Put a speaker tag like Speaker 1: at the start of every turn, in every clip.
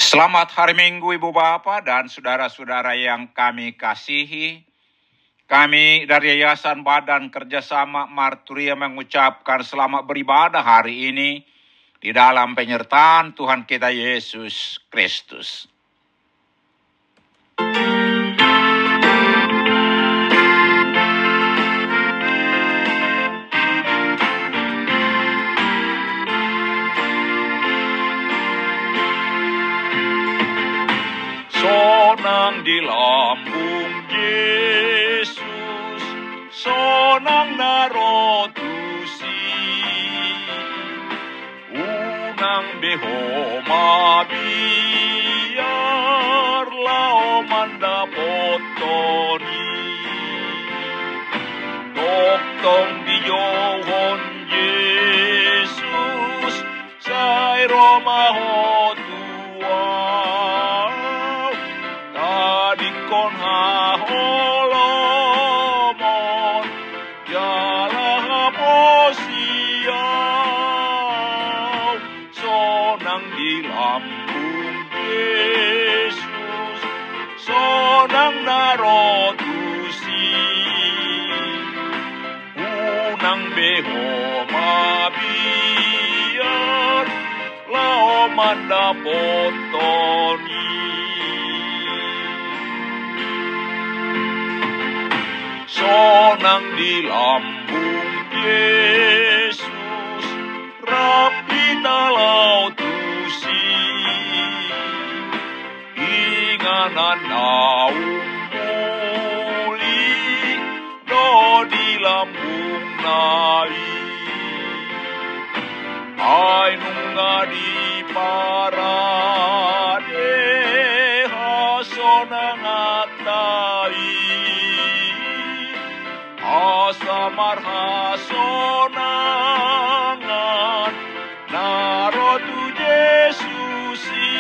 Speaker 1: Selamat hari Minggu Ibu Bapak dan saudara-saudara yang kami kasihi. Kami dari Yayasan Badan Kerjasama Marturia mengucapkan selamat beribadah hari ini di dalam penyertaan Tuhan kita Yesus Kristus. Sonang di lambung Yesus, sonang narotusi, unang behoma biar lao mandapotoni, toktong di johon Yesus, sai romaho kon haholomon jala posiau sonang di lambung Yesus sonang narotusi unang behoma biar lao mandapotoni sonang di lambung Yesus, rapi talau tusi, inganan naung muli, do di lambung nai, ai nunga di parade, sonang atai. Asamar hasonangan narotu Yesusi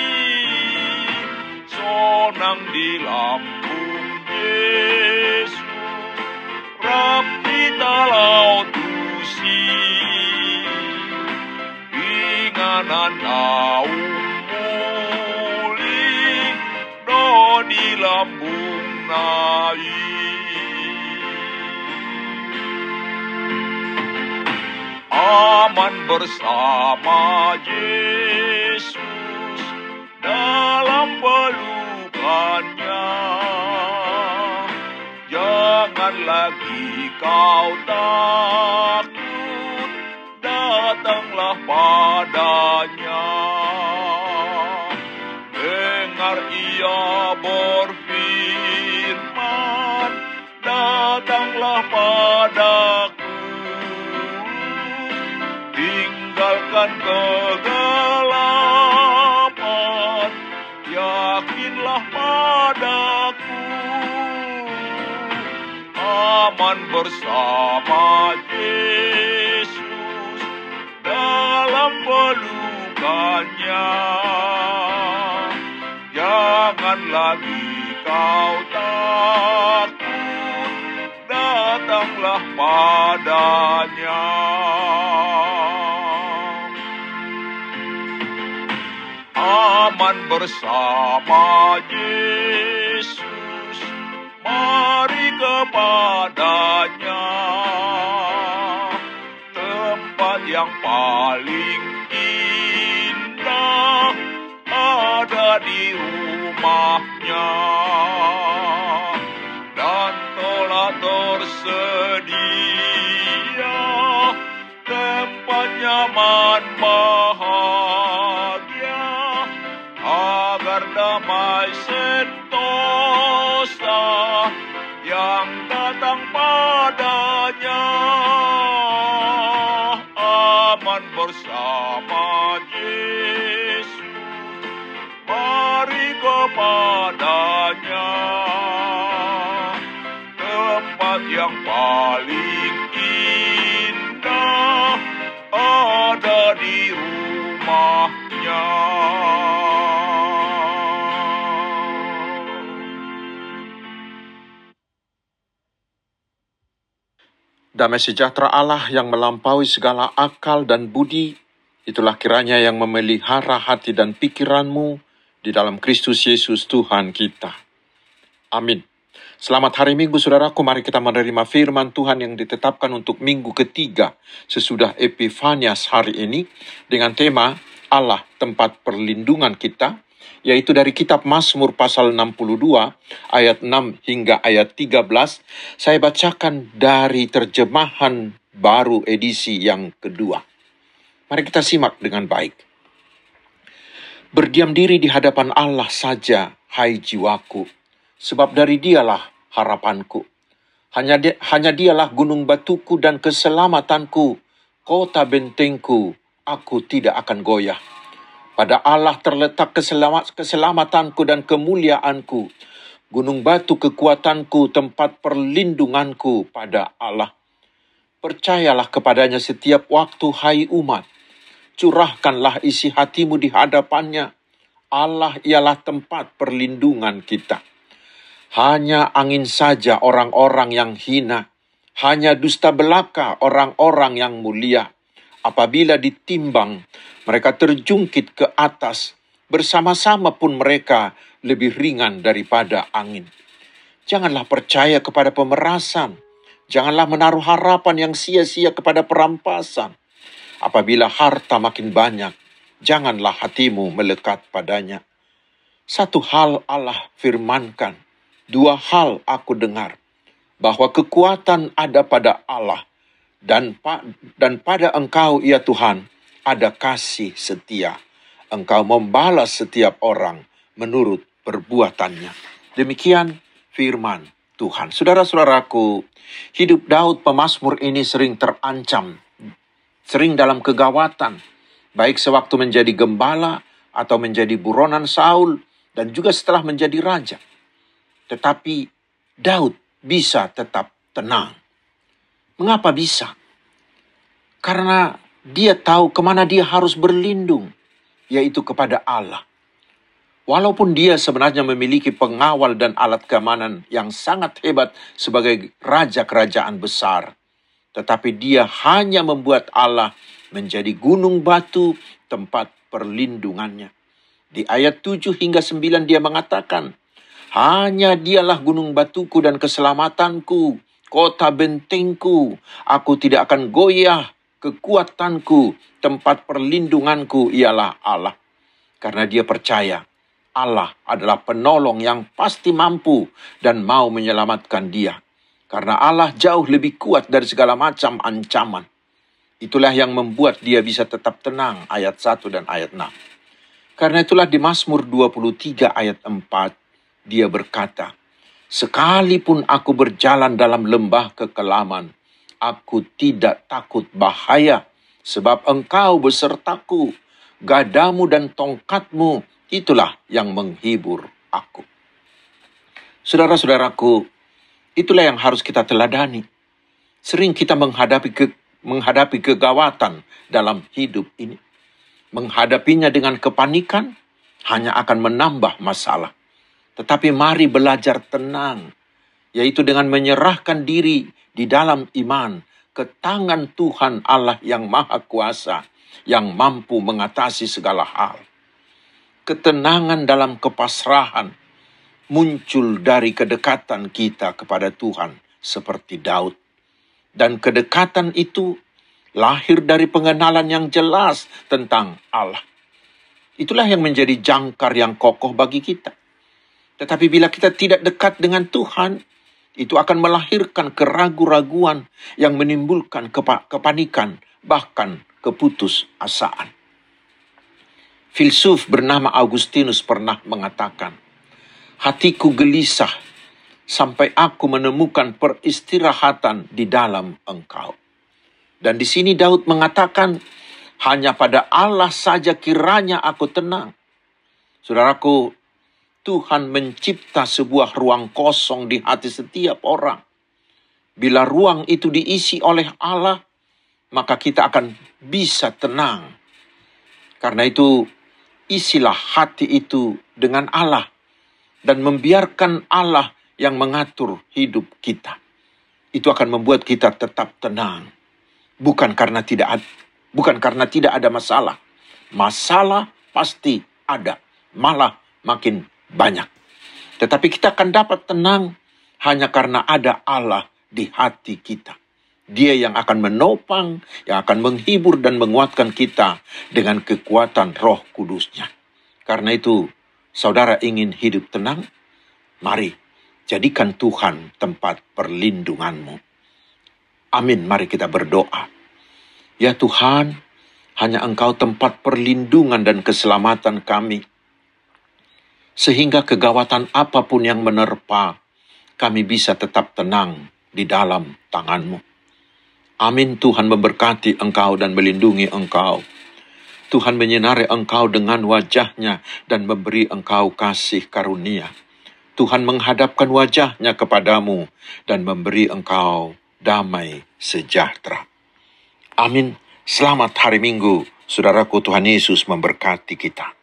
Speaker 1: sonang di lambung Yesus rapi talau tusi inganan naung muli do di lambung nai. Aman bersama Yesus dalam pelukannya. Jangan lagi kau takut, datanglah padanya. Dengar ia berfirman, datanglah padaku. Tinggalkan kegelapan, yakinlah padaku. Aman bersama Yesus dalam pelukannya. Jangan lagi kau takut, datanglah padanya. Aman bersama Yesus, mari kepadanya. Tempat yang paling indah ada di rumahnya. Dan telah tersedia tempat nyaman bahagia. Agar damai sentosa yang datang padanya. Aman bersama Yesus, mari kepadanya. Tempat yang paling indah ada di rumahnya.
Speaker 2: Damai sejahtera Allah yang melampaui segala akal dan budi, itulah kiranya yang memelihara hati dan pikiranmu di dalam Kristus Yesus Tuhan kita. Amin. Selamat hari Minggu saudaraku, mari kita menerima firman Tuhan yang ditetapkan untuk minggu ketiga sesudah Epifanias hari ini dengan tema Allah tempat perlindungan kita, yaitu dari kitab Mazmur pasal 62 ayat 6 hingga ayat 13. Saya bacakan dari terjemahan baru edisi yang kedua. Mari kita simak dengan baik. Berdiam diri di hadapan Allah saja, hai jiwaku, sebab dari Dialah harapanku. Hanya Dialah gunung batuku dan keselamatanku, kota bentengku, aku tidak akan goyah. Pada Allah terletak keselamatanku dan kemuliaanku, gunung batu kekuatanku, tempat perlindunganku pada Allah. Percayalah kepadanya setiap waktu, hai umat. Curahkanlah isi hatimu di hadapannya. Allah ialah tempat perlindungan kita. Hanya angin saja orang-orang yang hina. Hanya dusta belaka orang-orang yang mulia. Apabila ditimbang, mereka terjungkit ke atas. Bersama-sama pun mereka lebih ringan daripada angin. Janganlah percaya kepada pemerasan. Janganlah menaruh harapan yang sia-sia kepada perampasan. Apabila harta makin banyak, janganlah hatimu melekat padanya. Satu hal Allah firmankan, dua hal aku dengar, bahwa kekuatan ada pada Allah, dan pada Engkau, ya Tuhan, ada kasih setia. Engkau membalas setiap orang menurut perbuatannya. Demikian firman Tuhan. Saudara-saudaraku, hidup Daud pemazmur ini sering terancam, sering dalam kegawatan, baik sewaktu menjadi gembala atau menjadi buronan Saul, dan juga setelah menjadi raja. Tetapi Daud bisa tetap tenang. Mengapa bisa? Karena dia tahu kemana dia harus berlindung, yaitu kepada Allah. Walaupun dia sebenarnya memiliki pengawal dan alat keamanan yang sangat hebat sebagai raja kerajaan besar, tetapi dia hanya membuat Allah menjadi gunung batu tempat perlindungannya. Di ayat 7 hingga 9 dia mengatakan, hanya Dialah gunung batuku dan keselamatanku, kota bentengku, aku tidak akan goyah, kekuatanku, tempat perlindunganku ialah Allah. Karena dia percaya Allah adalah penolong yang pasti mampu dan mau menyelamatkan dia. Karena Allah jauh lebih kuat dari segala macam ancaman. Itulah yang membuat dia bisa tetap tenang, ayat 1 dan ayat 6. Karena itulah di Mazmur 23 ayat 4, dia berkata, sekalipun aku berjalan dalam lembah kekelaman, aku tidak takut bahaya, sebab Engkau besertaku, gadamu dan tongkatmu, itulah yang menghibur aku. Saudara-saudaraku, itulah yang harus kita teladani. Sering kita menghadapi kegawatan dalam hidup ini. Menghadapinya dengan kepanikan hanya akan menambah masalah. Tetapi mari belajar tenang, yaitu dengan menyerahkan diri di dalam iman ke tangan Tuhan Allah yang Maha Kuasa, yang mampu mengatasi segala hal. Ketenangan dalam kepasrahan muncul dari kedekatan kita kepada Tuhan seperti Daud. Dan kedekatan itu lahir dari pengenalan yang jelas tentang Allah. Itulah yang menjadi jangkar yang kokoh bagi kita. Tetapi bila kita tidak dekat dengan Tuhan, itu akan melahirkan keraguan-raguan yang menimbulkan kepanikan, bahkan keputusasaan. Filsuf bernama Augustinus pernah mengatakan, hatiku gelisah sampai aku menemukan peristirahatan di dalam Engkau. Dan di sini Daud mengatakan, hanya pada Allah saja kiranya aku tenang. Saudaraku, Tuhan mencipta sebuah ruang kosong di hati setiap orang. Bila ruang itu diisi oleh Allah, maka kita akan bisa tenang. Karena itu, isilah hati itu dengan Allah dan membiarkan Allah yang mengatur hidup kita. Itu akan membuat kita tetap tenang. Bukan karena tidak ada masalah. Masalah pasti ada. Malah makin banyak. Tetapi kita akan dapat tenang hanya karena ada Allah di hati kita. Dia yang akan menopang, yang akan menghibur dan menguatkan kita dengan kekuatan Roh Kudus-Nya. Karena itu, saudara ingin hidup tenang? Mari, jadikan Tuhan tempat perlindunganmu. Amin, mari kita berdoa. Ya Tuhan, hanya Engkau tempat perlindungan dan keselamatan kami. Sehingga kegawatan apapun yang menerpa, kami bisa tetap tenang di dalam tangan-Mu. Amin, Tuhan memberkati Engkau dan melindungi Engkau. Tuhan menyinari Engkau dengan wajah-Nya dan memberi Engkau kasih karunia. Tuhan menghadapkan wajah-Nya kepadamu dan memberi Engkau damai sejahtera. Amin. Selamat hari Minggu, saudaraku. Tuhan Yesus memberkati kita.